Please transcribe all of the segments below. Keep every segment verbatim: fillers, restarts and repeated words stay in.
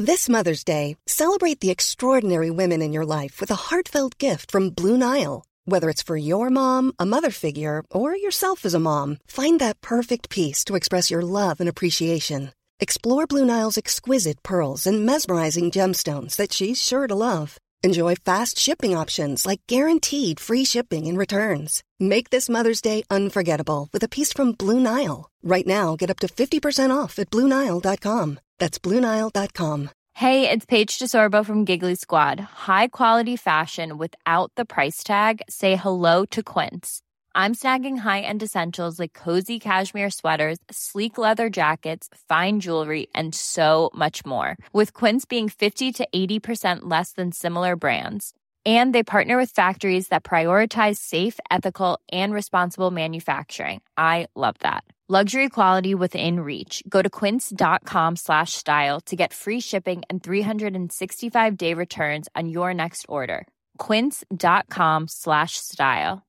This Mother's Day, celebrate the extraordinary women in your life with a heartfelt gift from Blue Nile. Whether it's for your mom, a mother figure, or yourself as a mom, find that perfect piece to express your love and appreciation. Explore Blue Nile's exquisite pearls and mesmerizing gemstones that she's sure to love. Enjoy fast shipping options like guaranteed free shipping and returns. Make this Mother's Day unforgettable with a piece from Blue Nile. Right now, get up to fifty percent off at blue nile dot com. That's blue nile dot com. Hey, it's Paige DeSorbo from Giggly Squad. High quality fashion without the price tag. Say hello to Quince. I'm snagging high-end essentials like cozy cashmere sweaters, sleek leather jackets, fine jewelry, and so much more. With Quince being fifty to eighty percent less than similar brands. And they partner with factories that prioritize safe, ethical, and responsible manufacturing. I love that. Luxury quality within reach. Go to quince.com slash style to get free shipping and three sixty-five day returns on your next order. Quince.com slash style.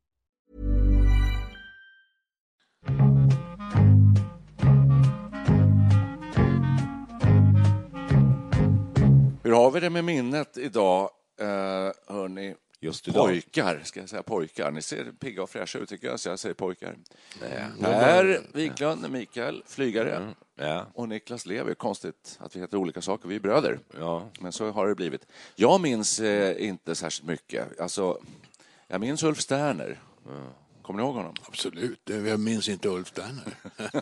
Hur har vi det med minnet idag, uh, hörni? Just idag. Pojkar, ska jag säga pojkar. Ni ser pigga och fräscha ut tycker jag, så jag säger pojkar. Per Wiklund, Mikael, flygare. Mm. Ja. Och Niklas Levi. Konstigt att vi heter olika saker, vi är bröder. Ja. Men så har det blivit. Jag minns eh, inte särskilt mycket. Alltså, jag minns Ulf Sterner. Mm. Kommer ni ihåg honom? Absolut, jag minns inte Ulf Sterner.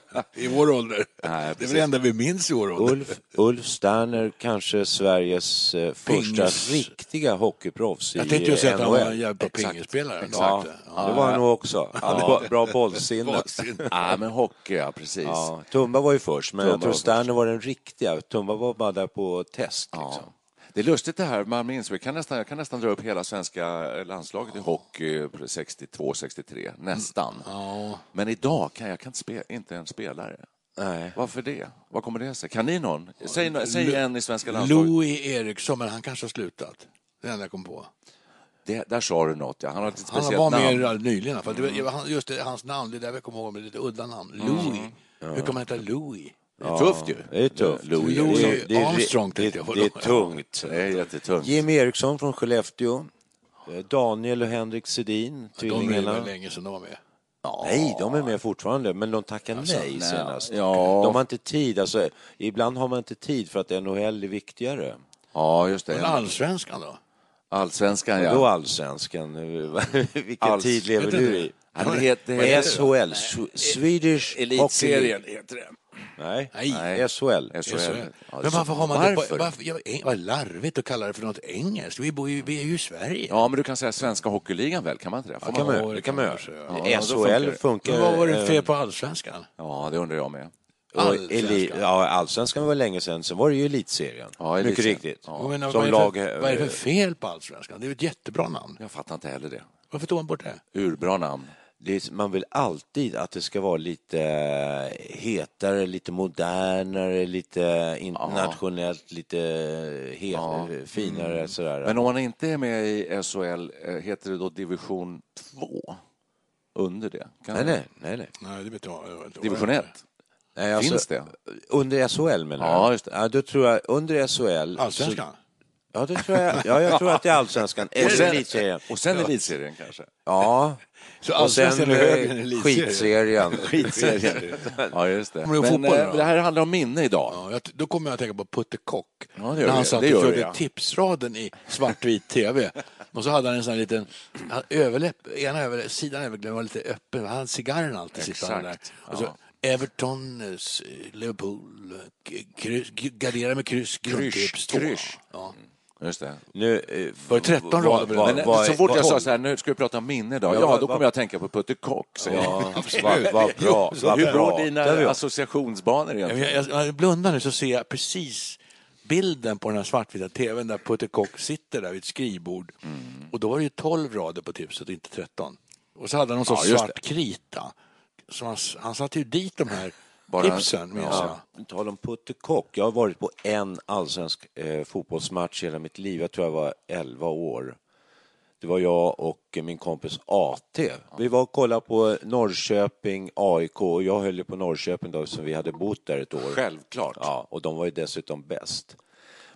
I vår ålder. Nej, det är det enda vi minns i vår ålder. Ulf, Ulf Sterner, kanske Sveriges eh, första riktiga hockeyproffs i N H L. Jag tänkte ju säga att han var en jävla pingisspelare. Ja, ja, det var han nog också. Ja. Bra bollsinne. Ja, men hockey, ja, precis. Ja, Tumba var ju först, men Tumba jag tror var Sterner först. var den riktiga. Tumba var bara där på test. Liksom. Ja. Det är lustigt det här, man minns, vi kan nästan, jag kan nästan dra upp hela svenska landslaget i hockey sextiotvå sextiotre, nästan. Ja. Men idag kan jag kan inte, spela, inte en spelare. Nej. Varför det? Vad kommer det sig? Kan ni någon? Säg, säg en i svenska landslaget. Louis Eriksson, men han kanske har slutat. Det är det jag kom på. Det, där sa du något, ja. Han har ett speciellt han var namn. med nyligen. För det var, just det, hans namn, det är där vi kommer ihåg med lite udda namn. Louis. Mm. Ja. Hur kan man heta Louis? Det är tufft ju. Det är tufft. Louis, Louis det, det, Armstrong, det, det, det, det är tungt. Det är jättetungt. Jimmy Eriksson från Skellefteå. Daniel och Henrik Sedin, tvillingarna. De är länge sedan de var med. Ja. Nej, de är med fortfarande, men de tackar alltså, nej, nej senast. Ja. De har inte tid, alltså, ibland har man inte tid för att N H L är viktigare. Ja, just det. Men allsvenskan då? Allsvenskan, ja. Då allsvenskan. Vilken Alls... tid lever du i? Ja, det heter, det heter S H L, Swedish Elitserien heter det. Nej, Nej. S H L. S H L. Ja, men varför har man varför? det? Varför? Jag, vad larvigt att kalla det för något engelskt. Vi, bor ju, vi är ju i Sverige. Ja, men du kan säga svenska hockeyligan väl, kan man inte det? Ja, kan man, man, det kan man göra. Ja, S H L funkar. Men vad var det fel på allsvenskan? Ja, det undrar jag med. Allsvenskan. Ja, allsvenskan var länge sedan. Sen var det ju elitserien. Ja, mycket elitserien. riktigt. Ja. Men, Som vad, är lag, för, vad är det för fel på allsvenskan? Det är ju ett jättebra namn. Jag fattar inte heller det. Varför tog man bort det? Urbra namn. Det är, man vill alltid att det ska vara lite hetare, lite modernare, lite internationellt, ja. lite het, ja. finare. Mm. Sådär. Men om man inte är med i S H L, heter det då division två? Under det? Kan nej, det? nej, nej, nej. Nej, det vet jag. jag vet division ett? Nej, alltså, finns det? Under S H L menar jag. Ja, just det. Ja, då tror jag, under S H L... Allsvenskan? Så, ja, det tror jag. Ja, jag tror att det är allsvenskan. Eller elitserien. Och sen elitserien kanske? Ja. Så och sen högre skitserien. skitserien. Ja, just det. Men, fotboll, äh, det här handlar om minne idag. Ja, jag, då kommer jag att tänka på Putte Kock. Ja, det när han det. satt det och körde ja. tipsraden i svartvit tv. Och så hade han en sån här liten överläpp, ena över, sidan överläppen var lite öppen. Han hade cigarren alltid sittande där. Och så, ja. Everton, Liverpool, kryss, gardera med kryss, grundtips två. Kryss. Ja. Just det. Nu, för tretton rader. Va, va, va, så fort jag sa så här, nu ska vi prata om minne idag. Ja, ja då kommer jag att tänka på Putte Kock. Ja, vad va bra. Så hur går dina associationsbanor egentligen? Jag, jag, jag blundar nu så ser jag precis bilden på den här svartvita tvn där Putte Kock sitter där vid ett skrivbord. Mm. Och då var det ju tolv rader på tipset, inte tretton. Och så hade han någon sorts ja, svart krita. Så han, han satte ju dit de här bara, tipsen. Ja, tal om Putte Kock. Jag har varit på en allsvensk eh, fotbollsmatch hela mitt liv. Jag tror jag var elva år. Det var jag och min kompis A T. Vi var och kollade på Norrköping, A I K. Och jag höll ju på Norrköping då, som vi hade bott där ett år. Självklart. Ja, och de var ju dessutom bäst.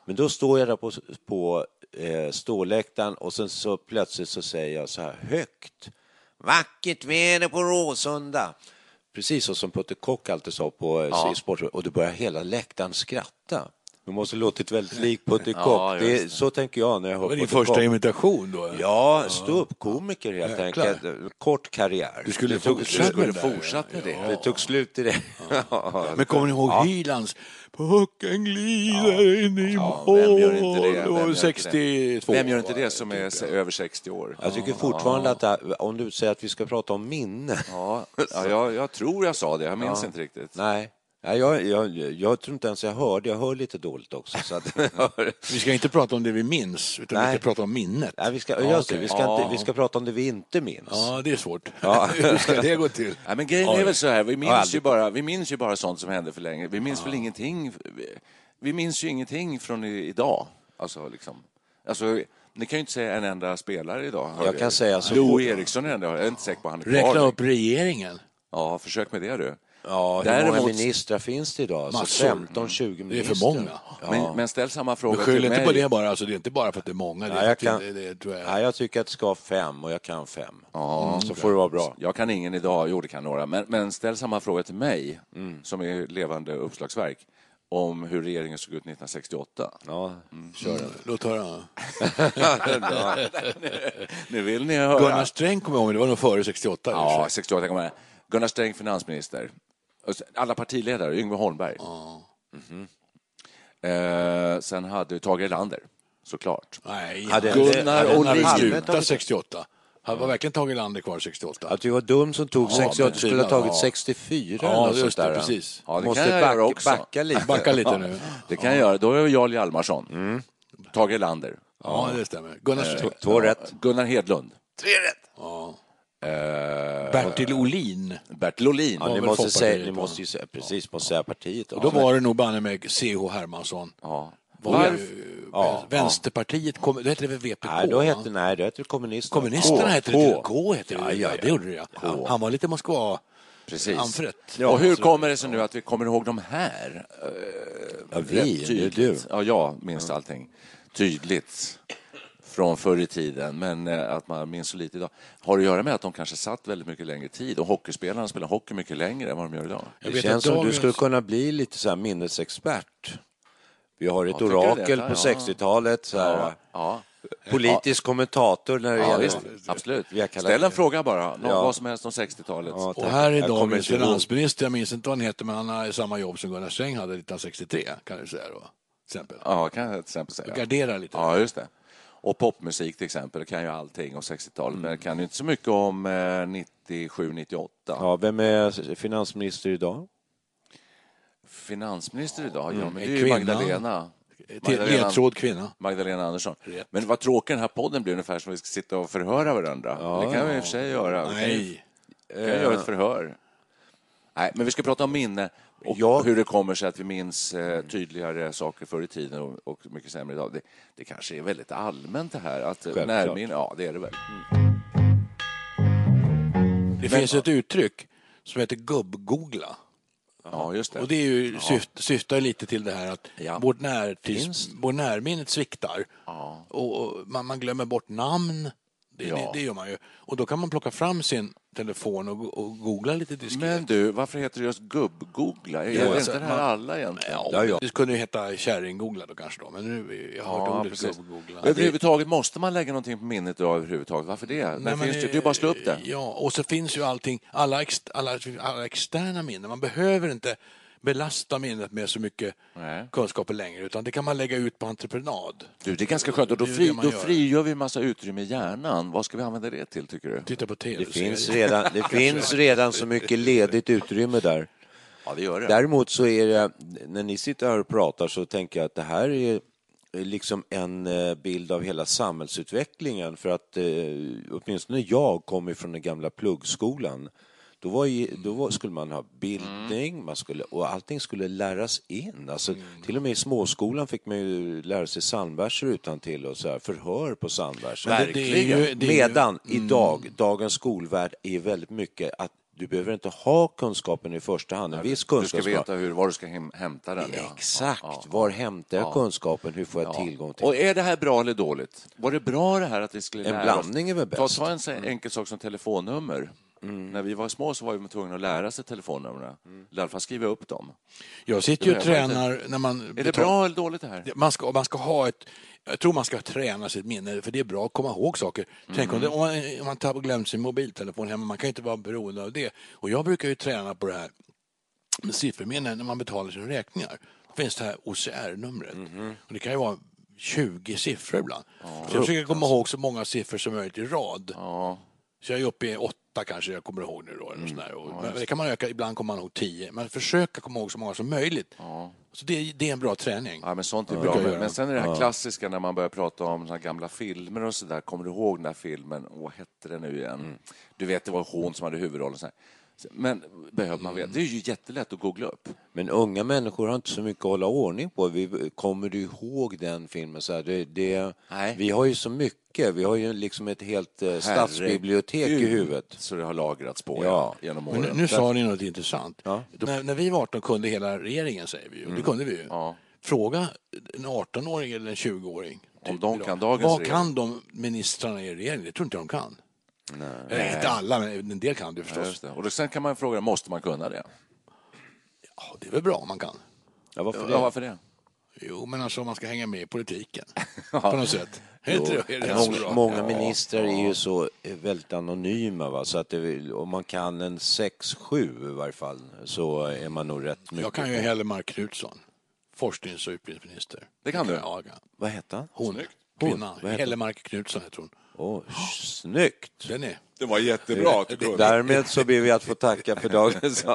Men då står jag där på, på eh, ståläktaren och sen så plötsligt så säger jag så här högt. Vackert väder på Råsunda. Precis så som Putte Kock alltid sa på ja. sport. Och då börjar hela läktaren skratta. Det måste låtit väldigt lik Putte Kock. Ja, det är, så tänker jag när jag hör Putte Kock. Det var din första imitation då? Ja, ståuppkomiker helt ja, enkelt. Kort karriär. Du skulle, tog, fortsätta, skulle med fortsätta med det. Ja. Det tog slut i det. Ja. Men kommer ni ihåg ja. Hylands? Pucken glider ja. in i ja, mål. Vem gör inte det? Vem gör, sextiotvå. Vem gör inte det som är typ. över sextio år? Jag tycker fortfarande ja. att det, om du säger att vi ska prata om minne. Ja, ja jag, jag tror jag sa det. Jag minns ja. inte riktigt. Nej. Ja, jag, jag, jag tror inte ens jag hörde. Jag hör lite dåligt också. Så att, vi ska inte prata om det vi minns, utan Nej. vi ska prata om minnet. Nej, vi, ska, ja, okay. vi, ska ja. inte, vi ska prata om det vi inte minns. Ja, det är svårt. Ja. Hur ska det gå till? Ja, men grejen är väl så här, vi minns, ja, ju bara, vi minns ju bara sånt som hände för länge. Vi minns ja. väl ingenting. Vi, vi minns ju ingenting från i, idag. Alltså, liksom. Alltså, ni kan ju inte säga en enda spelare idag. Jag kan säga så. Lo Eriksson är ändå, jag är inte säker på han är kvar. Räkna upp regeringen. Ja, försök med det du. Ja, hur Däremot, många ministrar finns det idag? Massor. femton tjugo ministrar. Det är för många. Ja. Men, men ställ samma fråga till mig. Skyll inte på det bara, alltså det är inte bara för att det är många. Det ja, är jag, kan, det, det, tror jag. Ja, jag tycker att det ska vara fem och jag kan fem. Ja, mm, så får det vara bra. Jag kan ingen idag, jo det kan några. Men, men ställ samma fråga till mig, mm. som är levande uppslagsverk, om hur regeringen såg ut nittonhundrasextioåtta. Ja, mm. kör den. Låt höra. Nu vill ni höra. Gunnar Sträng kommer ihåg, det var nog före sextioåtta. Ja, sextioåtta kommer jag. Gunnar Sträng, finansminister. Alla partiledare, Yngve Holmberg. Ja. Mm-hmm. Eh, sen hade Tage Erlander, såklart. Nej, hade Gunnar Olin slutade sextioåtta. Han var verkligen Tage Erlander kvar sextioåtta. Att du var dum som tog ja, sextioåtta, skulle ha tagit sextiofyra. Ja, eller just det, precis. Ja, det måste kan jag backa, göra också. Backa lite. Backa lite nu. Det kan jag göra. Då är jag Jarl Hjalmarsson. Mm. Tage Erlander. Ja, det stämmer. Gunnar eh, Två rätt. Gunnar Hedlund. Tre rätt. Ja. Uh, Bertil Olin. Bertil Olin. Ja, ni måste säga, ni måste ju säga, precis, måste säga partiet. Och då var det nog banne med C H Hermansson. Ja. Var ju, ja, Vänsterpartiet, kom, då hette det V P K? Nej, då hette, nej, då hette det kommunisterna. Kommunisterna hette det, K hette det. Ja, ja, ja. Det gjorde det, ja. Ja. Han var lite Moskva. Precis. Anfrätt. Ja, och hur kommer det sig nu att vi kommer ihåg de här? Uh, ja, vi, det är du. Ja, jag minns ja. allting tydligt från förr i tiden, men att man minns så lite idag. Har det att göra med att de kanske satt väldigt mycket längre tid och hockeyspelarna spelar hockey mycket längre än vad de gör idag? Det jag känns som dagens... du skulle kunna bli lite så här minnesexpert. Vi har ett ja, orakel det, på ja. sextiotalet, så här, ja. Ja. politisk ja. kommentator när det ja, gäller... Visst, absolut. Ställ en fråga bara, Nå, ja. vad som helst om sextiotalet. Ja, och här är dagens finansminister, jag minns inte vad han heter, men han har samma jobb som Gunnar Sträng hade nittonhundrasextiotre, kan du säga då. Till exempel. Ja, kan jag till exempel säga. Gardera lite. Ja, just det. Och popmusik till exempel, det kan ju allting om sextiotalet, mm. men det kan ju inte så mycket om eh, nittiosju nittioåtta. Ja, vem är finansminister idag? Finansminister idag? Mm. Ja, men det är ju Magdalena. Magdalena. Ledtråd kvinna. Magdalena Andersson. Rätt. Men vad tråkigt den här podden blir ungefär som vi ska sitta och förhöra varandra. Ja, det kan vi i och för sig göra. Nej. Vi kan, kan göra ett förhör. Nej, men vi ska prata om minne. Och ja. hur det kommer sig att vi minns eh, tydligare saker förr i tiden och, och mycket sämre idag. Det, det kanske är väldigt allmänt det här. Att närminne, ja det är det väl. Mm. Det Men, finns ett uttryck som heter gubb-googla. Ja, just det. Och det är ju, syft, syftar lite till det här att ja. vårt, närtids, vårt närminnet sviktar. Ja. Och, och man, man glömmer bort namn. Det, ja. det, det gör man ju. Och då kan man plocka fram sin telefon och, och googla lite diskret. Men du, varför heter det just gubb-googla? Är ja, det alltså, inte det här man, alla egentligen? Ja, ja, ja. Det skulle ju heta kärring-googla då kanske då. Men nu jag har hört ja, ordet gubb-googla. Överhuvudtaget måste man lägga någonting på minnet då överhuvudtaget. Varför det? Nej, finns det, det är bara att slå upp det. Ja, och så finns ju allting, alla, ex, alla, alla externa minnen. Man behöver inte belasta minnet med så mycket Nej. kunskaper längre, utan det kan man lägga ut på entreprenad. Du, det är ganska skönt, och då, fri, då frigör vi en massa utrymme i hjärnan. Vad ska vi använda det till, tycker du? Titta på tv. Det finns redan, det finns redan så mycket ledigt utrymme där. Ja, det gör det. Däremot så är det, när ni sitter här och pratar så tänker jag att det här är liksom en bild av hela samhällsutvecklingen, för att eh, åtminstone jag kommer från den gamla pluggskolan. Då, var ju, då var, skulle man ha bildning, mm. man skulle, och allting skulle läras in. Alltså, mm. Till och med i småskolan fick man ju lära sig psalmverser utan till och så här, förhör på psalmverser. Verkligen. Medan mm. idag, dagens skolvärld är väldigt mycket att du behöver inte ha kunskapen i första hand. En viss kunskap. Du ska veta hur, var du ska hem, hämta den. Ja. Exakt. Ja, ja, var hämtar jag ja. kunskapen? Hur får jag Ja. tillgång till Och är det här bra eller dåligt? Var det bra det här att vi skulle En lära blandning är väl oss? bäst. Ta, ta en så enkel sak som telefonnummer. Mm. När vi var små så var vi tvungna att lära sig telefonnumren. Mm. I alla fall skriva upp dem. Jag sitter ju och tränar när man... Är betal... det bra eller dåligt det här? Man ska, man ska ha ett... Jag tror man ska träna sitt minne, för det är bra att komma ihåg saker. Mm. Tänk om, det, om man, om man tar och glömt sin mobiltelefon hemma, man kan inte vara beroende av det. Och jag brukar ju träna på det här med sifferminne när man betalar sina räkningar. Då finns det här O C R-numret. Mm. Och det kan ju vara tjugo siffror ibland. Ja. Så jag försöker komma ihåg så många siffror som möjligt i rad. Ja. Så jag är uppe i åtta kanske, jag kommer ihåg nu då. Eller mm. och ja, det kan man öka, ibland kommer man ihåg tio. Men försöka komma ihåg så många som möjligt. Ja. Så det, det är en bra träning. Ja, men sånt är ja, bra. Men, men sen är det här ja. klassiska när man börjar prata om såna gamla filmer och sådär. Kommer du ihåg den här filmen? Vad hette det nu igen? Mm. Du vet, det var hon som hade huvudrollen. Så här. Men behöver man veta? Det är ju jättelätt att googla upp. Men unga människor har inte så mycket att hålla ordning på. Vi, kommer du ihåg den filmen? Så här, det, det, vi har ju så mycket. Vi har ju liksom ett helt eh, stadsbibliotek i huvudet. Så det har lagrats på ja. genom åren. Men nu, nu sa ni något intressant. Ja. När, när vi var arton kunde hela regeringen, säger vi ju. Mm. Det kunde vi ju. Ja. Fråga en arton-åring eller en tjugo-åring. Om de kan dagens Vad regering. kan de ministrarna i regeringen? Det tror inte de kan. Nej. Nej, inte alla, men en del kan du förstås. Ja, och då sen kan man fråga, måste man kunna det? Ja, det är väl bra om man kan. Ja, varför det? Ja, varför det? Jo, men alltså man ska hänga med i politiken på något sätt. Jo, är det många, många ministrar är ju så väldigt anonyma, va? Så att det, om man kan en sex sju i varje fall så är man nog rätt mycket. Jag kan ju Hellemark Knutsson, forsknings- och utbildningsminister. Det kan du? Ja, vad heter han? Hon, kvinna. Hellemark Knutsson heter hon. Åh, oh, snyggt. Den är. Det var jättebra. Därmed så ber vi att få tacka för dagens.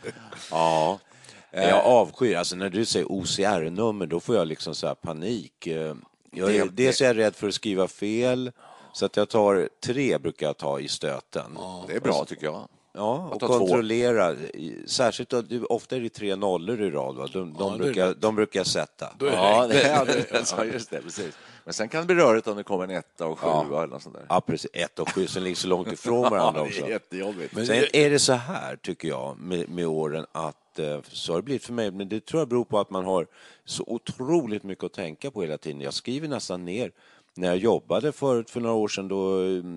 Ja. Jag avskyr, alltså när du säger O C R-nummer då får jag liksom så här panik. Jag är, dels är jag rädd för att skriva fel, så att jag tar tre brukar jag ta i stöten. Ja, det är bra tycker jag. Ja, och kontrollera. Två. Särskilt, ofta är det tre nollor i rad. Va? De, de, ja, brukar, de brukar sätta. Ja, det är det. Just det, precis. Men sen kan det bli rörigt om det kommer en etta och sju ja. eller något sånt där. Ja, precis. Ett och sju som ligger så långt ifrån varandra också. Det är jättejobbigt. Men sen är det så här, tycker jag, med, med åren att så har det blivit för mig, men det tror jag beror på att man har så otroligt mycket att tänka på hela tiden. Jag skriver nästan ner. När jag jobbade förut för några år sedan, då,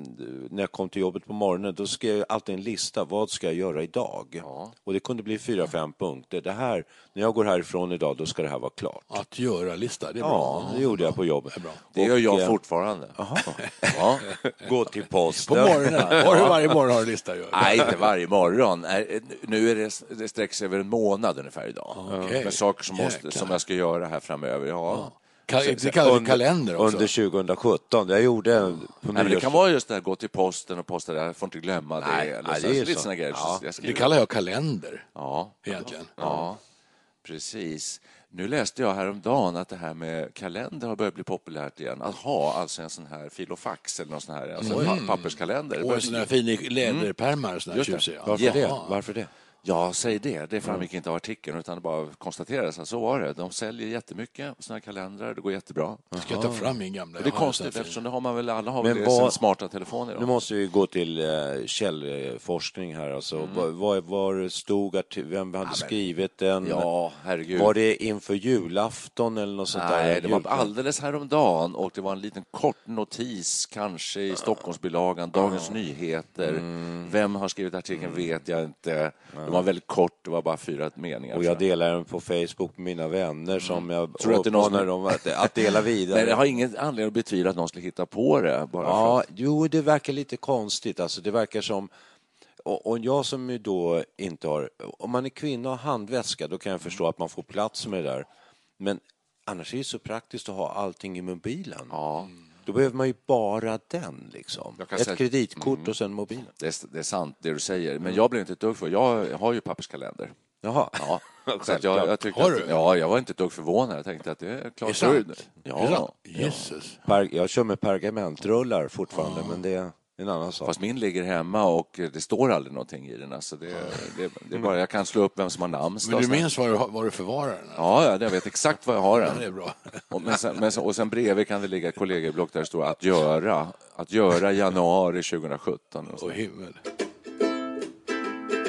när jag kom till jobbet på morgonen, då skrev jag alltid en lista. Vad ska jag göra idag? Ja. Och det kunde bli fyra, fem punkter. Det här, när jag går härifrån idag, då ska det här vara klart. Att göra lista, det är bra. Ja, det gjorde jag på jobbet. Det, är bra. Det gör jag och, fortfarande. Ja. Gå till posten. På morgonen. Var du varje morgon har du lista? Gör? Nej, inte varje morgon. Nu är det, det sträcks över en månad ungefär idag. Okay. Med saker som, måste, som jag ska göra här framöver. Ja. Ja. Det kallas kalender också. Under tjugo sjutton. Jag gjorde på Nej, men det kan vara just det här, gå till posten och posta det. Jag får inte glömma nej, det. Eller nej, så, det är lite såna grejer. Ja, det kallar jag kalender. Ja. Egentligen. Ja, ja, precis. Nu läste jag häromdagen att det här med kalender har börjat bli populärt igen. Att ha alltså en sån här filofax eller någon sån här alltså mm. papperskalender. Och en sån här fin läderpärmar. Mm. Sån här tjusiga. Varför ja. det? Varför det? Ja, säg det. Det framgick inte av artikeln utan det bara konstaterades att så var det. De säljer jättemycket såna kalendrar. Det går jättebra. Jag ska ta fram min gamla. Och det är konstigt eftersom det har man väl alla har väl vad, smarta telefoner. Nu måste vi gå till uh, källforskning här. Alltså. Mm. Vad, vad, vad stod att vem hade ja, skrivit den? Ja, herregud. Var det inför julafton eller något sånt där? Nej, det var alldeles häromdagen och det var en liten kort notis kanske i Stockholmsbilagan, Dagens mm. Nyheter. Mm. Vem har skrivit artikeln mm. vet jag inte. Det var väldigt kort, det var bara fyra meningar. Och jag delar den på Facebook med mina vänner som jag tror att det uppmanar dem att, att dela vidare. Men det har ingen anledning att betyda att någon skulle hitta på det. Bara ja, för att... jo, det verkar lite konstigt. Alltså, det verkar som... Och, och jag som ju då inte har... Om man är kvinna och handväska, då kan jag förstå att man får plats med det där. Men annars är det så praktiskt att ha allting i mobilen. Ja. Då behöver man ju bara den liksom. Ett säga... kreditkort mm. och sen mobilen. Det är, det är sant det du säger. Men mm. jag blir inte ett dugg för. Jag har ju papperskalender. Jaha. Ja. Så att jag, jag har du? Att, ja, jag var inte ett dugg förvånad. Jag tänkte att det är klart. Det är sant. Ja. Jesus. Ja. Jag kör med pergamentrullar fortfarande, ja. men det är en annan sak. Fast min ligger hemma och det står aldrig någonting i den. Alltså det, det, det är bara, jag kan slå upp vem som har namnsdag. Men du minns var du, var du förvarar den? Ja, jag vet exakt var jag har den. Ja, det är bra. Och, men sen, men, och sen bredvid kan det ligga ett kollegieblock där det står att göra. Att göra januari tjugo sjutton. Och himmel.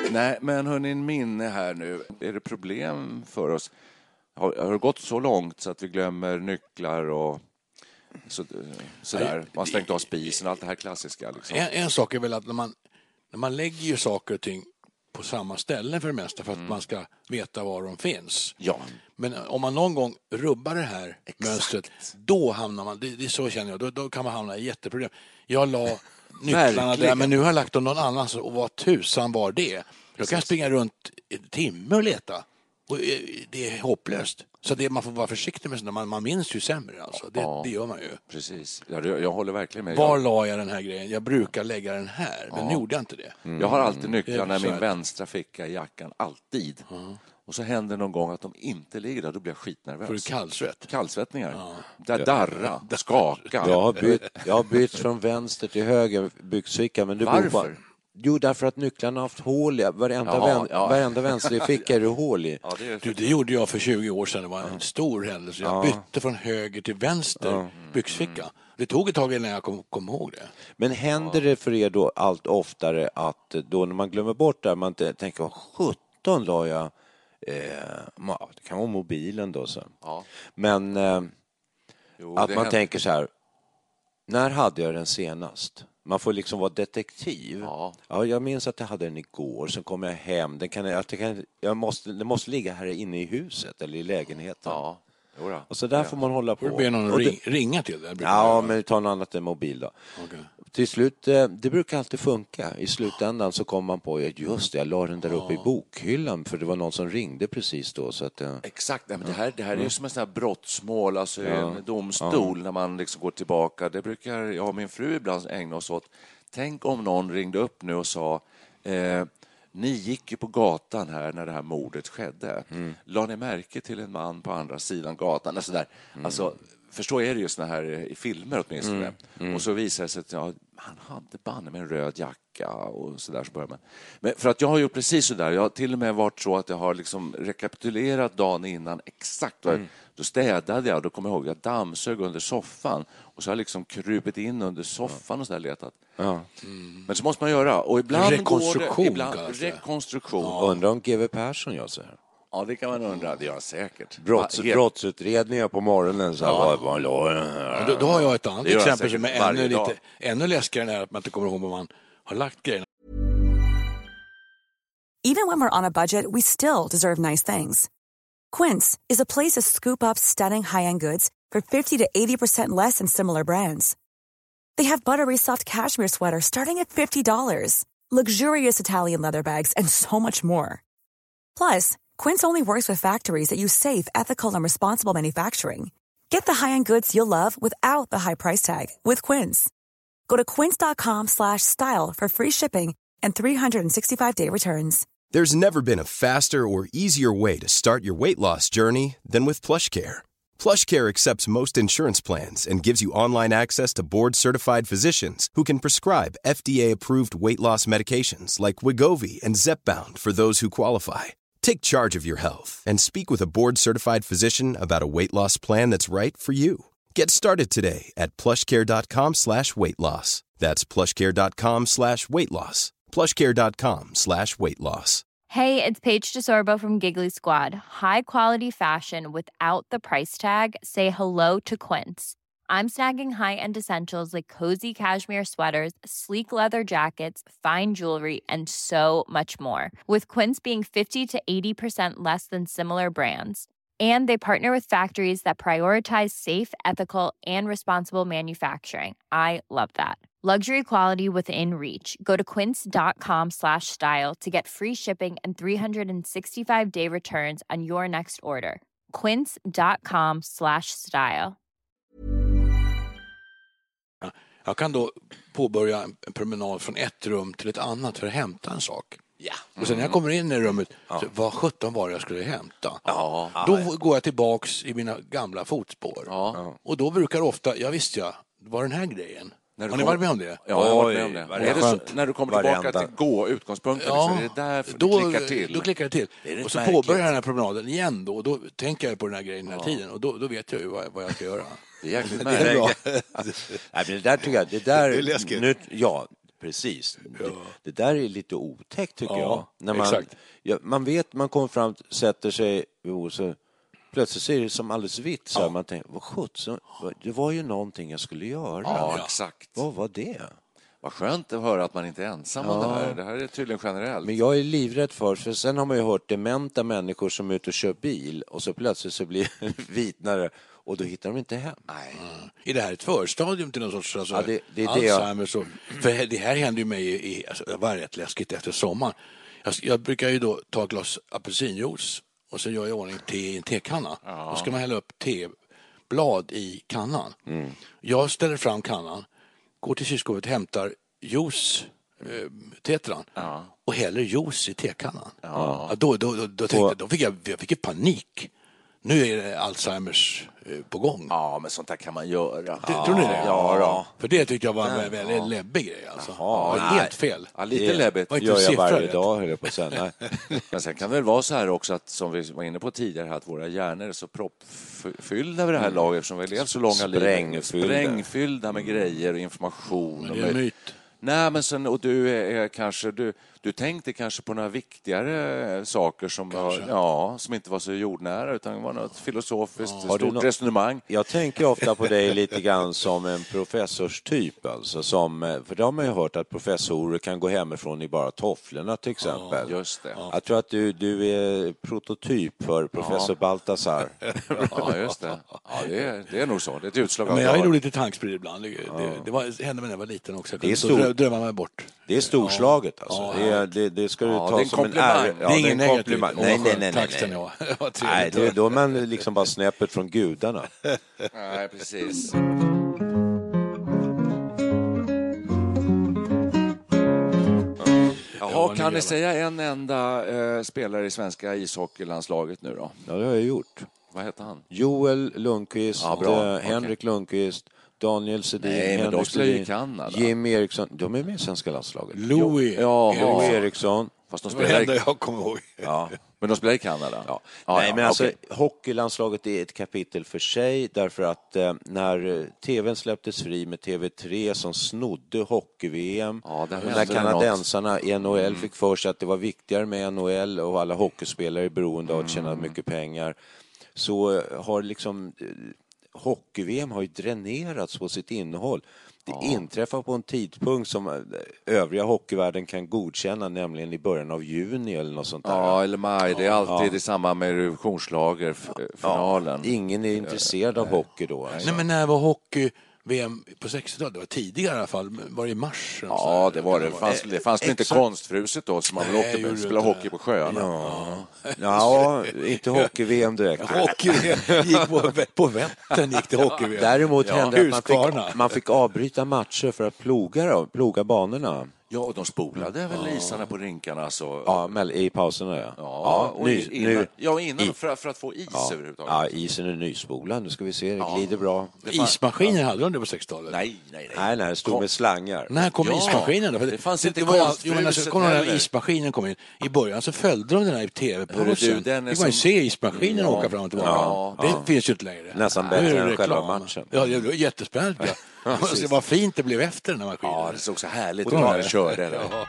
Nej, men hörni, en minne här nu. Är det problem för oss? Har, har det gått så långt så att vi glömmer nycklar och så, sådär? Man stängt av spisen, allt det här klassiska. Liksom. En, en sak är väl att när man, när man lägger ju saker och ting på samma ställe för det mesta för att mm. man ska veta var de finns. Ja. Men om man någon gång rubbar det här Exakt. mönstret, då hamnar man, det, det är så känner jag, då, då kan man hamna i jätteproblem. Jag la nycklarna där, men nu har jag lagt dem någon annanstans och vad tusan var det? Jag kan springa runt en timme och leta. Och det är hopplöst. Så det, man får vara försiktig med sådana. Man, man minns ju sämre alltså. Det, ja, det gör man ju. Precis. Ja, jag, jag håller verkligen med. Var jag... la jag den här grejen? Jag brukar lägga den här. Men ja. nu gjorde jag inte det. Mm. Jag har alltid nycklarna i min vänstra ficka i jackan. Alltid. Mm. Och så händer någon gång att de inte ligger där. Då blir jag skitnervös. Får du kallsvett? Kallsvettningar. Ja. Där darra. Ja. Skaka. Jag har, bytt, jag har bytt från vänster till höger byxficka. Men det Varför? Bara... Jo, därför att nycklarna har haft hål i varenda, ja, vän, ja. varenda vänsterficka är det hål i. Ja, det, är du, det gjorde jag för tjugo år sedan. Det var en mm. stor händelse. Jag ja. bytte från höger till vänster mm. byxficka. Mm. Det tog ett tag innan jag kom, kom ihåg det. Men händer det för er då allt oftare att då när man glömmer bort det, man tänker, vad sjutton la jag? Eh, det kan vara mobilen då. Så. Ja. Men eh, jo, att man händer. tänker så här, när hade jag den senast? Man får liksom vara detektiv. Ja. Ja, jag minns att jag hade den igår. Sen kom jag hem. Den, kan, jag, kan, jag måste, den måste ligga här inne i huset eller i lägenheten. Ja. Jodå. Och så där ja. får man hålla på. Det blir någon ring, det, ringa till det. Ja, men vi tar något annat än mobil då. Okay. Till slut, det brukar alltid funka. I slutändan så kommer man på, just det, jag la den där uppe ja. i bokhyllan för det var någon som ringde precis då. Så att, Exakt, men det här, det här är ju som en sån här brottsmål, alltså ja. en domstol ja. när man liksom går tillbaka. Det brukar jag och min fru ibland ägna oss åt. Tänk om någon ringde upp nu och sa, eh, ni gick ju på gatan här när det här mordet skedde. Mm. La ni märke till en man på andra sidan gatan? Alltså, där. Mm. alltså förstå är det ju såna här i filmer åtminstone. Mm. Mm. Och så visar det sig att ja, han hade banne med en röd jacka och så där så börjar man. Men för att jag har gjort precis så där. Jag har till och med varit så att jag har liksom rekapitulerat dagen innan exakt. Mm. Då städade jag, då kommer jag ihåg att jag dammsög under soffan och så har jag liksom krupit in under soffan och så där letat. Ja. Mm. Men så måste man göra. Och ibland rekonstruktion. Går det, ibland, rekonstruktion. Ja. Undrar om G W Persson gör så här. Ja, det kan man undra. Det gör jag säkert. Brotts, ja, brottsutredningar på morgonen. Så ja. var, var, ja, då, då har jag ett annat exempel som är ännu, lite, ännu läskigare än att man inte kommer ihåg vad man har lagt grejerna. Even when we're on a budget, we still deserve nice things. Quince is a place to scoop up stunning high-end goods for fifty to eighty percent less than similar brands. They have buttery soft cashmere sweaters starting at fifty dollars, luxurious Italian leather bags, and so much more. Plus, Quince only works with factories that use safe, ethical, and responsible manufacturing. Get the high-end goods you'll love without the high price tag with Quince. Go to quince.com slash style for free shipping and three sixty-five day returns. There's never been a faster or easier way to start your weight loss journey than with PlushCare. PlushCare accepts most insurance plans and gives you online access to board-certified physicians who can prescribe F D A-approved weight loss medications like Wegovy and Zepbound for those who qualify. Take charge of your health and speak with a board-certified physician about a weight loss plan that's right for you. Get started today at plushcare.com slash weight loss. That's plushcare.com slash weight loss. plushcare.com slash weight loss. Hey, it's Paige DeSorbo from Giggly Squad. High quality fashion without the price tag. Say hello to Quince. I'm snagging high-end essentials like cozy cashmere sweaters, sleek leather jackets, fine jewelry, and so much more. With Quince being fifty to eighty percent less than similar brands. And they partner with factories that prioritize safe, ethical, and responsible manufacturing. I love that. Luxury quality within reach. Go to quince.com slash style to get free shipping and three sixty-five day returns on your next order. Quince.com slash style. Jag kan då påbörja en promenad från ett rum till ett annat för att hämta en sak. Ja. Och sen när jag kommer in i rummet, ja. så, vad sjutton var det jag skulle hämta? Ja. Då går jag tillbaks i mina gamla fotspår. Ja. Och då brukar ofta, jag visste jag, var den här grejen. Har ni kom... varit med om det? Ja, jag har varit med om det. Är det så, när du kommer tillbaka Varenda. till gå, utgångspunkten, ja, liksom, är det där då, du klickar till? Då klickar jag till. Och så märkligt. Påbörjar jag den här promenaden igen då, och då tänker jag på den här grejen den här ja. tiden. Och då, då vet jag ju vad, vad jag ska göra. Det är jäkligt märkligt. Nej, men det där tycker jag, det där... Det är läskigt. Nu, ja, precis. Ja. Det, det där är lite otäckt tycker ja, jag. När man, exakt. Ja, man vet, man kommer fram, sätter sig och så plötsligt ser det som alldeles vitt. Så ja. Man tänker, vad sjutton, det var ju någonting jag skulle göra. Ja, ja. Exakt. Vad var det? Vad skönt att höra att man inte är ensam ja. om det här. Det här är tydligen generellt. Men jag är livrädd för, för sen har man ju hört dementa människor som är ute och kör bil och så plötsligt så blir vitnare och då hittar de inte hem. Nej. Mm. Är det här ett förstadium till någon sorts alltså, ja, det, det är Alzheimer? Jag... För det här händer ju mig i, alltså, det var rätt läskigt efter sommaren. Jag, jag brukar ju då ta ett glas apelsinjuice och så gör jag i ordning te i en tekanna. Ja. Då ska man hälla upp teblad i kannan. Mm. Jag ställer fram kannan, går till kylskåpet, hämtar juice, eh, tetran ja. och häller juice i tekannan. Ja. Ja, då, då, då, då, tänkte, och... då fick jag, jag fick panik. Nu är det Alzheimers eh, på gång. Ja, men sånt där kan man göra. Det, ja. Tror ni det? Ja, ja. För det tyckte jag var en väldigt, väldigt ja. läbbig grej. Alltså. Ja, helt fel. Ja, lite läbbigt. Det gör jag varje dag, höll jag på att säga. Men sen kan det väl vara så här också att, som vi var inne på tidigare, att våra hjärnor är så proppfyllda vid det här mm. laget som vi lever så långa liv. Sprängfyllda med grejer och information. Men det är en myt. Nej, men sen, och du är, är kanske du, du tänkte kanske på några viktigare saker som var, ja, som inte var så jordnära utan var något filosofiskt ja. stort något, resonemang. Jag tänker ofta på dig lite grann som en professorstyp alltså, som, för det har man ju hört att professorer kan gå hemifrån i bara tofflorna till exempel. Ja, just det. Jag tror att du, du är prototyp för professor ja. Baltasar. Ja, just det. Ja, det är, det är nog så. Det är ett utslag av. Men jag är nog lite tankspridd ibland. Det, ja. det, det var, hände när jag var liten också. Det är stor, drömma mig bort. Det är storslaget alltså. Ja. Det, det, det ska du ja, ta en som en ära. Ja, det är ingen negativ. Nej, nej, nej, nej, nej. nej det, då är man liksom bara snäppet från gudarna. Nej, precis. Jaha, kan ni säga en enda eh, spelare i svenska ishockeylandslaget nu då? Ja, det har jag gjort. Vad heter han? Joel Lundqvist, ja, bra. Eh, Henrik okay. Lundqvist, Daniel Sedin, Nej, men de spelar ju i Kanada. Jim Eriksson, de är med i svenska landslaget. Louis, ja, Louis Eriksson. Fast de spelar i... jag kommer ihåg. Ja. Men de spelar i Kanada. Ja. Ja, Nej, ja, men alltså okay. hockeylandslaget är ett kapitel för sig därför att eh, när tvn släpptes fri med T V tre som snodde hockey-V M, ja, när kanadensarna i N H L mm. fick för sig att det var viktigare med N H L och alla hockeyspelare är beroende av att tjäna mm. mycket pengar, så har liksom hockey-V M har ju dränerats på sitt innehåll. Det ja. inträffar på en tidpunkt som övriga hockeyvärlden kan godkänna, nämligen i början av juni eller något sånt där. Ja, eller maj. Det är alltid ja. i samband med Eurovisionsschlagerfinalen. Ja. Ingen är intresserad av hockey då. Alltså. Nej, men när var hockey V M på sextiotalet? Det var tidigare i alla fall. Var det i mars? Ja, det var det. Det fanns, det fanns inte konstfruset då som man väl åkte med spela hockey på sjöarna. Ja, ja inte hockey-V M direkt. Hockey-V M gick på, på Vättern gick det hockey-V M. Däremot ja. hände att man fick, man fick avbryta matcher för att ploga, då, ploga banorna. Ja, och de spolade väl ja. isarna på rinkarna så. Ja, i pauserna ja. Ja, ja och ny, innan, nu, ja, innan i, för, för att få is ja, överhuvudtaget. Ja, isen är nyspolad. Nu ska vi se, det ja. glider bra. Ismaskiner ja. hade de det på sextiotalet? Nej, nej, nej. Nej, nej, det stod kom. med slangar. När kom ja. ismaskinen då? För det fanns inte konstfruset kom när ismaskinen kom in. I början så följde de den här i tv-pausen. Det fick man ju se ismaskinen ja. åka fram och tillbaka. Ja. Det ja. finns ju inte längre. Nästan bättre än själva matchen. Ja, det var jättespännande. Ja. Ja, det var fint det blev efter den här maskinen. Ja, det såg så härligt ut när den körde. Ja.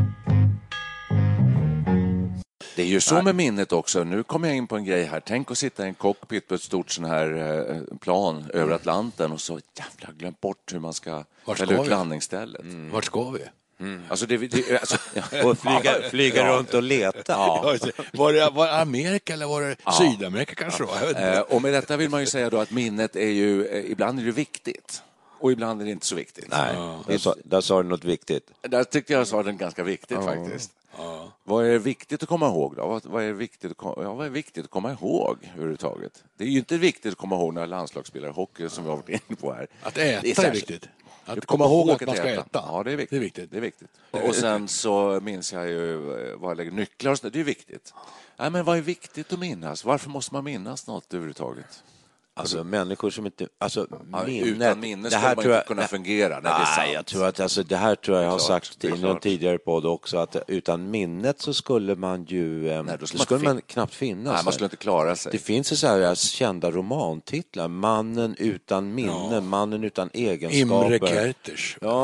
Det är ju så med minnet också. Nu kommer jag in på en grej här. Tänk att sitta i en cockpit på ett stort sån här plan över Atlanten och så jävla glömt bort hur man ska välja ut landningsstället. Mm. Vart ska vi? Mm. Alltså det, det, alltså, ja. Och flyga, flyga ja. runt och leta. Ja. Var det var det Amerika eller var det ja. Sydamerika kanske ja. då? Eh, och med detta vill man ju säga då att minnet är ju, eh, ibland är det viktigt. Och ibland är det inte så viktigt. Nej, ja. där, sa, där sa du något viktigt. Där tyckte jag sa den ganska viktigt ja. faktiskt. Ja. Vad är viktigt att komma ihåg då? Vad, vad, är viktigt att komma, ja, vad är viktigt att komma ihåg överhuvudtaget? Det är ju inte viktigt att komma ihåg när landslagsspelare hockey som vi har varit inne på här. Att äta det är, är viktigt. Att komma ihåg att man ska äta. äta. Ja, det är viktigt. Det är viktigt. Det är viktigt. Och sen så minns jag ju vad jag lägger nycklar och sånt. Det är viktigt. Nej, men vad är viktigt att minnas? Varför måste man minnas något överhuvudtaget? Alltså, alltså människor som inte alltså ja, minnet, utan minne skulle man inte jag, kunna fungera. Nej, det är sant. Jag tror att alltså det här tror jag jag har klart, sagt i någon tidigare podd också att utan minnet så skulle man ju nej, då skulle, man, skulle man knappt finnas. Nej, man skulle inte klara sig. Det finns ju så här kända romantitlar, Mannen utan minne, ja. Mannen utan egenskaper. Imre Kertész. Ja,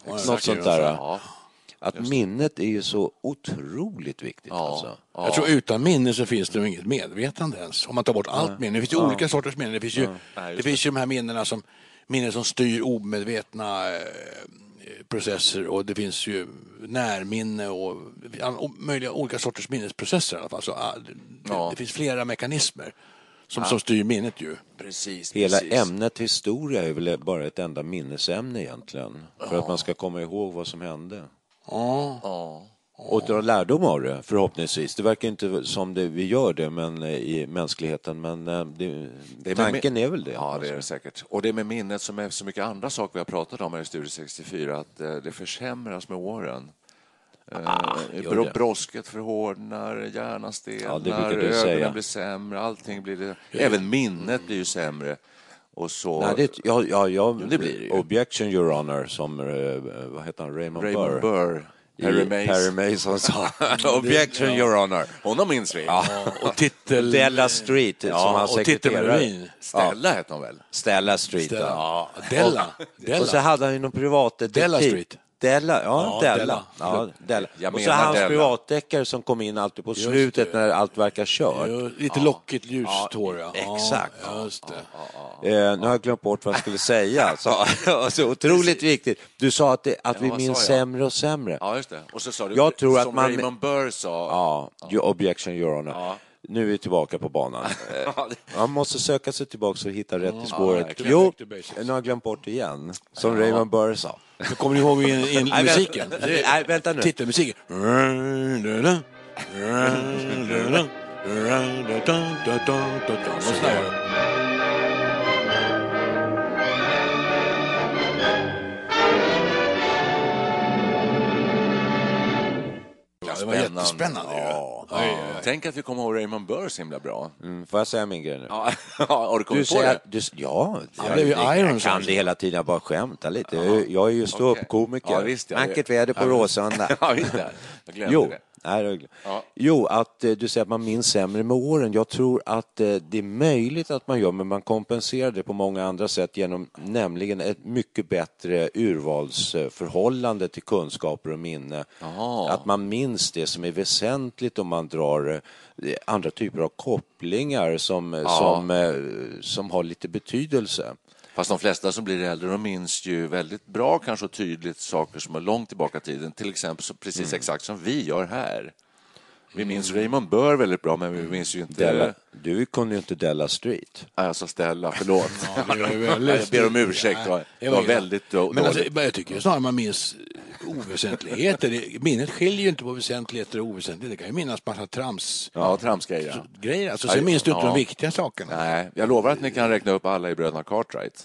Något sånt där. Ja. Att minnet är ju så otroligt viktigt. Ja. Alltså. Ja. Jag tror utan minne så finns det inget medvetande ens. Om man tar bort allt ja. minne. Det finns ju ja. olika sorters minne. Det finns ju, ja. det finns ju de här minnena som, minnen som styr omedvetna eh, processer, och det finns ju närminne och, och möjliga olika sorters minnesprocesser i alla fall. Så, det, ja. det finns flera mekanismer som, ja. som styr minnet ju. Precis, Hela precis. ämnet historia är väl bara ett enda minnesämne egentligen. För ja. att man ska komma ihåg vad som hände. Ja. Ja. Och dra lärdom av det, förhoppningsvis. Det verkar inte som det vi gör det men, i mänskligheten, men det, det tanken är väl det. Ja, det är det säkert. Och det är med minnet som är så mycket andra saker vi har pratat om här i Studio sextiofyra, att det försämras med åren. Ah, Br- brosket förhårdnar, hjärnan stelnar, ja, ögonen säga. blir sämre, allting blir det. Även minnet blir ju sämre. Och så... Nej, det, ja, ja, ja, det blir det Objection, Your Honor, som vad heter han? Raymond, Raymond Burr. Burr. Perry Perry Mason sa Objection, Your Honor. Honom minns vi. Ja. Och titel... Della Street, ja, som han sekreterare. Stella hette hon väl? Stella Street, Stella. Ja. Della. Och, Della. Och så hade han ju någon privatdetektiv. Della Street. Della, ja, ja Della. Della. Ja, Della. Jag och så hans Della. privatdeckare som kom in alltid på slutet när allt verkar kört. Jo, lite ja. lockigt ljust hår, ja. Exakt. Ja, just det. Eh, nu har jag glömt bort vad jag skulle säga. Så, så otroligt viktigt. Du sa att, det, att ja, vi minns sämre och sämre. Ja, just det. Och så sa du, jag tror som att man, Raymond Burr sa. Ja, ja. Objection, Your Honor. Ja. Nu är vi tillbaka på banan. Man måste söka sig tillbaka och hitta rätt i spåret. Ja, jo, nu har jag glömt bort det igen. Som ja. Raymond Burr sa. Nu kommer ni ihåg in, in nej, musiken? Nej, vänta nu. Titelmusiken. Det var jättespännande. Ja. Ja. Ja. Tänk att vi kommer ihåg Raymond Burr så himla bra. Mm, får jag säga min grej nu? Ja, har du kommit du på säger, det? Du, ja, ja jag, det är ju jag, Iron jag kan det hela tiden, jag bara skämtar lite. Jag, jag är ju ståuppkomiker. Okay. Ja, Vackert väder på Råsunda. Ja, visst det. Jag glömde jo. det. Nej, ja. Jo, att du säger att man minns sämre med åren. Jag tror att det är möjligt att man gör, men man kompenserar det på många andra sätt genom nämligen ett mycket bättre urvalsförhållande till kunskaper och minne. Aha. Att man minns det som är väsentligt om man drar andra typer av kopplingar som, ja. som, som har lite betydelse. Fast de flesta som blir äldre, de minns ju väldigt bra, kanske tydligt, saker som är långt tillbaka i tiden. Till exempel så precis mm. exakt som vi gör här. Vi minns mm. Raymond Burr väldigt bra, men vi minns ju inte... Della. Du kunde ju inte Della Street. Alltså Stella, förlåt. Ja, det var väldigt... Jag ber om ursäkt. Det var, det var väldigt dåligt. Men alltså, jag tycker snarare man minns oväsentligheter. Minnet skiljer ju inte på väsentligheter och oväsentligheter. Det kan ju minnas massa trams... Ja, tramsgrejer. Grejer. Alltså, så minns du inte ja. de viktiga sakerna. Nej, jag lovar att ni kan räkna upp alla i bröderna Cartwright.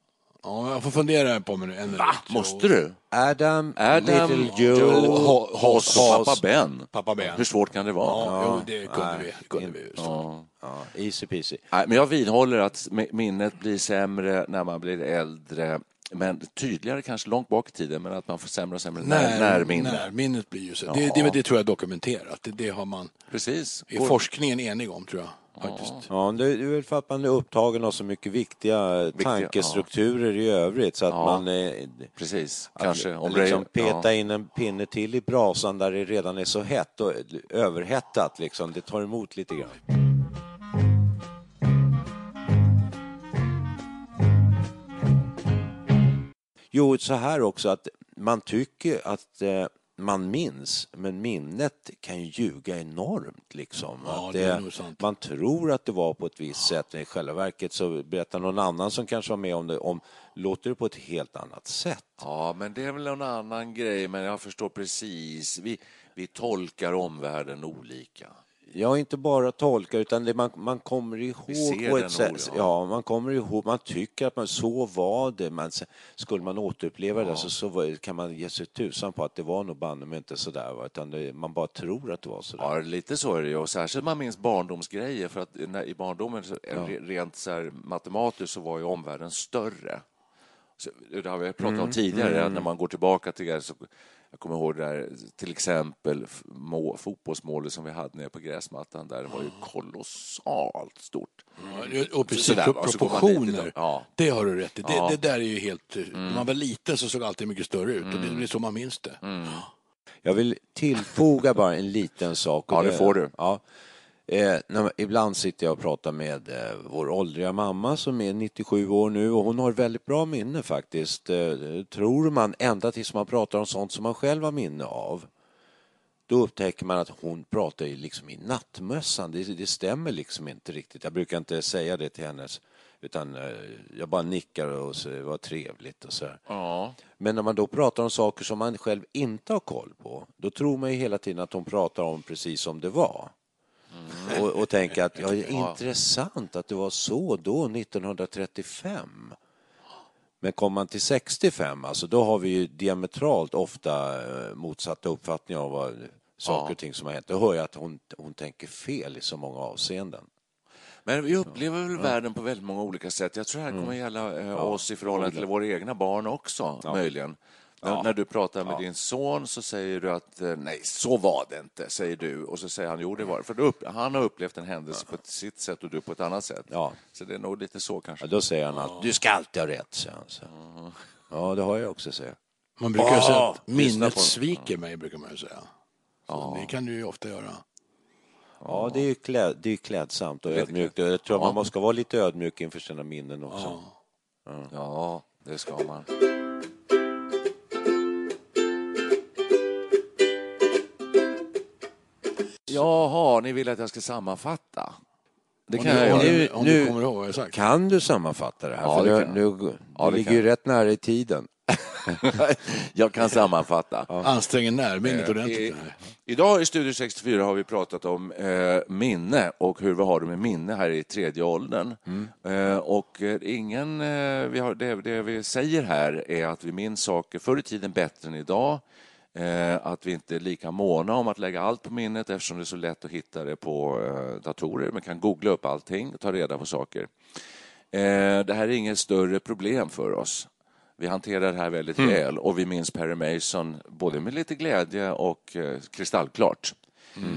Ja, jag får fundera på mig nu. En Va? Måste du? Adam, Adam Little Joe, Hoss och pappa Ben. Pappa Ben. Hur svårt kan det vara? Ja, ja. Jo, det kunde Nej, vi. Det kunde vi ja. Ja, easy peasy. Nej, men jag vidhåller att minnet blir sämre när man blir äldre. Men tydligare kanske långt bak i tiden, men att man får sämre och sämre när, närminne. Närminnet blir ju så. Ja. Det, det, det tror jag är dokumenterat. Det, det har man Precis. i forskningen enig om, tror jag. Faktiskt. Ja, det är väl för att man är upptagen av så mycket viktiga, viktiga tankestrukturer ja. i övrigt så att ja. man är, precis kanske om liksom peta ja. in en pinne till i brasan där det redan är så hett och överhettat liksom, det tar emot lite grann. Jo, så här också att man tycker att eh, man minns, men minnet kan ju ljuga enormt liksom. Ja, att det är nog sant. Man tror att det var på ett visst sätt, men i själva verket så berättar någon annan som kanske var med om det, om låter det på ett helt annat sätt. Ja, men det är väl en annan grej, men jag förstår precis. Vi, vi tolkar omvärlden olika. Ja, inte bara tolka utan det man, man kommer ihåg på ett sätt. Ja. ja, man kommer ihåg, man tycker att man så var det, men skulle man återuppleva ja. det så, så kan man ge sig tusan på att det var nog banne men inte så där, utan det, man bara tror att det var så där. Ja, lite så är det ju, och särskilt man minns barndomsgrejer, för att när, i barndomen så, ja. rent så här, matematiskt så var ju omvärlden större. Så, det har vi pratat om mm. tidigare, mm. när man går tillbaka till det så Jag kommer ihåg där, till exempel må, fotbollsmålet som vi hade nere på gräsmattan där, det var ju kolossalt stort. Ja, och precis, pro- proportioner, ja. Det har du rätt i. Det, ja. det där är ju helt... Mm. När man var liten så såg alltid mycket större ut, mm. och det, det är så man minns det. Mm. Jag vill tillfoga bara en liten sak. Ja, det får du. Ja. Eh, när, ibland sitter jag och pratar med eh, vår åldriga mamma som är nittiosju år nu, och hon har väldigt bra minne faktiskt. Eh, tror man ända tills man pratar om sånt som man själv har minne av. Då upptäcker man att hon pratar ju liksom i nattmössan. Det, det stämmer liksom inte riktigt. Jag brukar inte säga det till hennes, utan eh, jag bara nickar och säger det var trevligt och så här. Ja. Men när man då pratar om saker som man själv inte har koll på, då tror man ju hela tiden att hon pratar om precis som det var. Mm. Och, och tänker att ja, det är intressant att det var så då nittonhundratrettiofem. Men kommer man till sextiofem, alltså då har vi ju diametralt ofta motsatta uppfattningar av vad, saker ja. och ting som har hänt. Då hör jag att hon, hon tänker fel i så många avseenden. Men vi upplever väl ja. världen på väldigt många olika sätt. Jag tror det här kommer gälla eh, ja. oss i förhållande till våra egna barn också, ja. möjligen. Ja. När, när du pratar med ja. din son så säger du att nej, så var det inte, säger du. Och så säger han, jo det var det. För upp, han har upplevt en händelse ja. på sitt sätt och du på ett annat sätt. Ja. Så det är nog lite så kanske. Ja, då säger han att du ska alltid ha rätt, säger han. Så. Mm. Ja, det har jag också, säger. Man brukar oh, säga att minnet sviker mig, brukar man ju säga. Så det kan du ju ofta göra. Ja, det är ju kläd, det är klädsamt och ödmjukt. Jag tror ja. man måste vara lite ödmjuk inför sina minnen också. Ja, ja. ja det ska man. Jaha, ni vill att jag ska sammanfatta. Det kan jag göra. Nu, om nu du kommer ihåg vad jag sagt. Kan du sammanfatta det här? Ja, för det nu, nu ja, det ligger ju rätt nära i tiden. Jag kan sammanfatta. Ja. Anstränger närminnet ordentligt. I, idag i Studio sextiofyra har vi pratat om eh, minne och hur vi har det med minne här i tredje åldern. Mm. Eh, och eh, ingen, eh, vi har, det, det vi säger här är att vi minns saker förr i tiden bättre än idag. Eh, att vi inte är lika måna om att lägga allt på minnet eftersom det är så lätt att hitta det på eh, datorer. Man kan googla upp allting och ta reda på saker. Eh, det här är inget större problem för oss. Vi hanterar det här väldigt mm. väl och vi minns Perry Mason både med lite glädje och eh, kristallklart. Mm.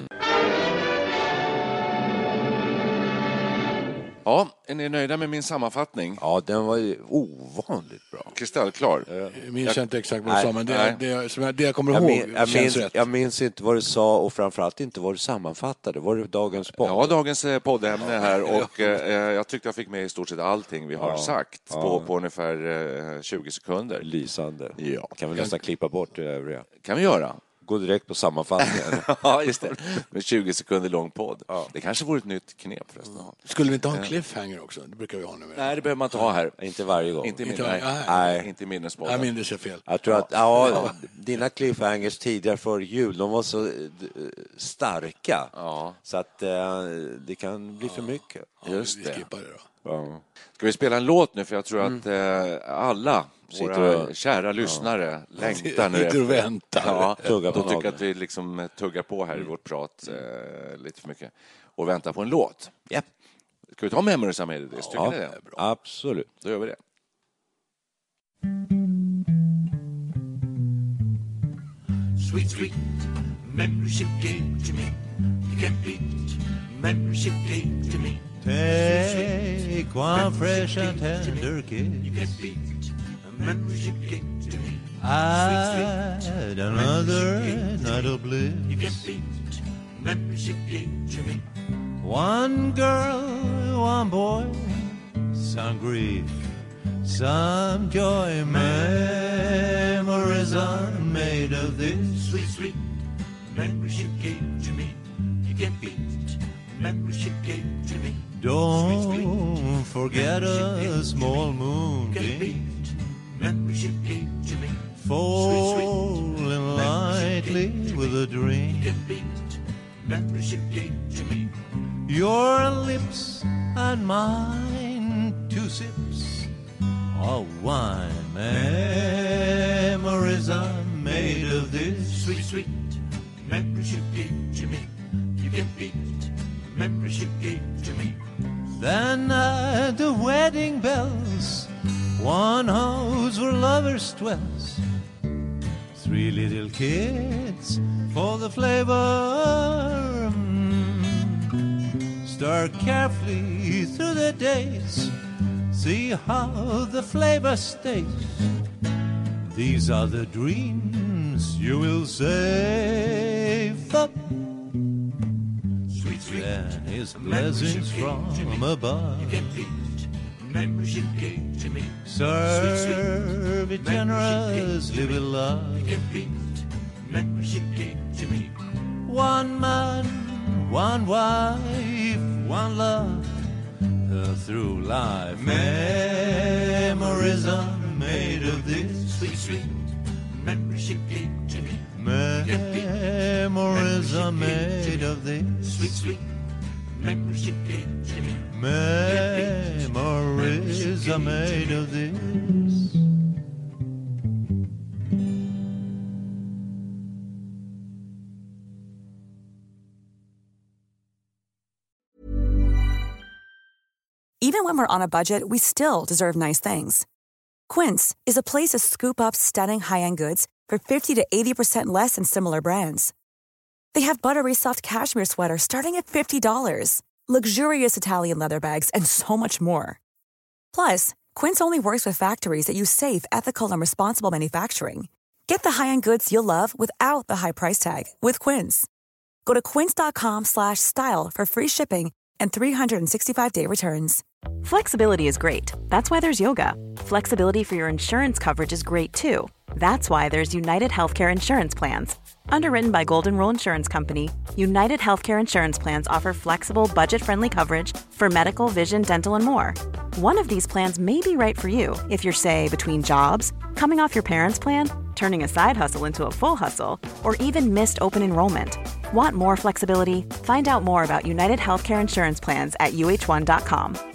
Ja, är ni nöjda med min sammanfattning? Ja, den var ju ovanligt bra. Kristallklar. Jag minns jag, inte exakt vad du sa, men det, det, det, det jag kommer jag ihåg min, jag känns minns, rätt. Jag minns inte vad du sa och framförallt inte vad du sammanfattade. Var det dagens podd? Ja, dagens poddämne här och eh, jag tyckte jag fick med i stort sett allting vi har ja, sagt ja. På, på ungefär eh, tjugo sekunder. Lysande. Ja. Kan vi nästan klippa bort det övriga? Kan vi göra? Gå direkt på sammanfattningen. Ja, just det. Med tjugo sekunder lång podd. Ja. Det kanske vore ett nytt knep förresten. Mm. Skulle vi inte ha en cliffhanger också? Det brukar vi ha nu. Nej, det behöver man inte ha här. Inte varje gång. Inte i min, inte, nej. nej. Nej. Inte i minnesbollen. Jag minns jag fel. Jag tror att ja, ja, dina cliffhangers tidigare för jul, de var så starka. Ja. Så att uh, det kan bli för mycket. Ja, just vi det. skippar det då. Ja. Ska vi spela en låt nu? För jag tror mm. att uh, alla våra och, kära lyssnare ja. längtar nu. Sitter och väntar. Ja, de tycker att vi liksom tuggar på här i vårt prat uh, lite för mycket. Och väntar på en låt. Yep. Ska vi ta Memories of Made This? Ja, det är bra. Absolut. Då gör vi det. Sweet, sweet memories you gave to me. You can't beat memories you gave to me. Take one fresh and tender kiss. You can't beat memories you gave to me. Add another night of bliss. You can't beat memories you gave to me. One girl, one boy, some grief, some joy. Memories are made of this. Sweet, sweet memories you gave to me. You can't beat memories you gave to me. Don't forget a small moonbeam. Memories you gave to me. Falling lightly with a dream. Memories you gave to me. Your lips and mine, two sips of wine. Memories are made of this. Sweet, sweet memories you gave to me. You can beat memories you gave to me. Then at the wedding bells, one house where lovers dwells. Three little kids for the flavor. Mm. Stir carefully through the days. See how the flavor stays. These are the dreams you will save up. Sweet, sweet. Then his blessings from above. You can beat memories you gave to me. Serve it generously with love. You can beat memories you gave to me. One man, one wife, one love. Uh, through life, memories are made of this. Sweet, sweet memories you gave to me. Memories are made of this. Sweet, sweet memories you gave to me. Memories are made of this. Even when we're on a budget, we still deserve nice things. Quince is a place to scoop up stunning high-end goods for fifty to eighty percent less than similar brands. They have buttery soft cashmere sweaters starting at fifty dollars, luxurious Italian leather bags, and so much more. Plus, Quince only works with factories that use safe, ethical, and responsible manufacturing. Get the high-end goods you'll love without the high price tag with Quince. Go to quince.com slash style for free shipping and three sixty-five day returns. Flexibility is great. That's why there's yoga. Flexibility for your insurance coverage is great too. That's why there's United Healthcare Insurance Plans. Underwritten by Golden Rule Insurance Company, United Healthcare Insurance Plans offer flexible, budget-friendly coverage for medical, vision, dental, and more. One of these plans may be right for you if you're, say, between jobs, coming off your parents' plan, turning a side hustle into a full hustle, or even missed open enrollment. Want more flexibility? Find out more about United Healthcare Insurance Plans at U H one dot com.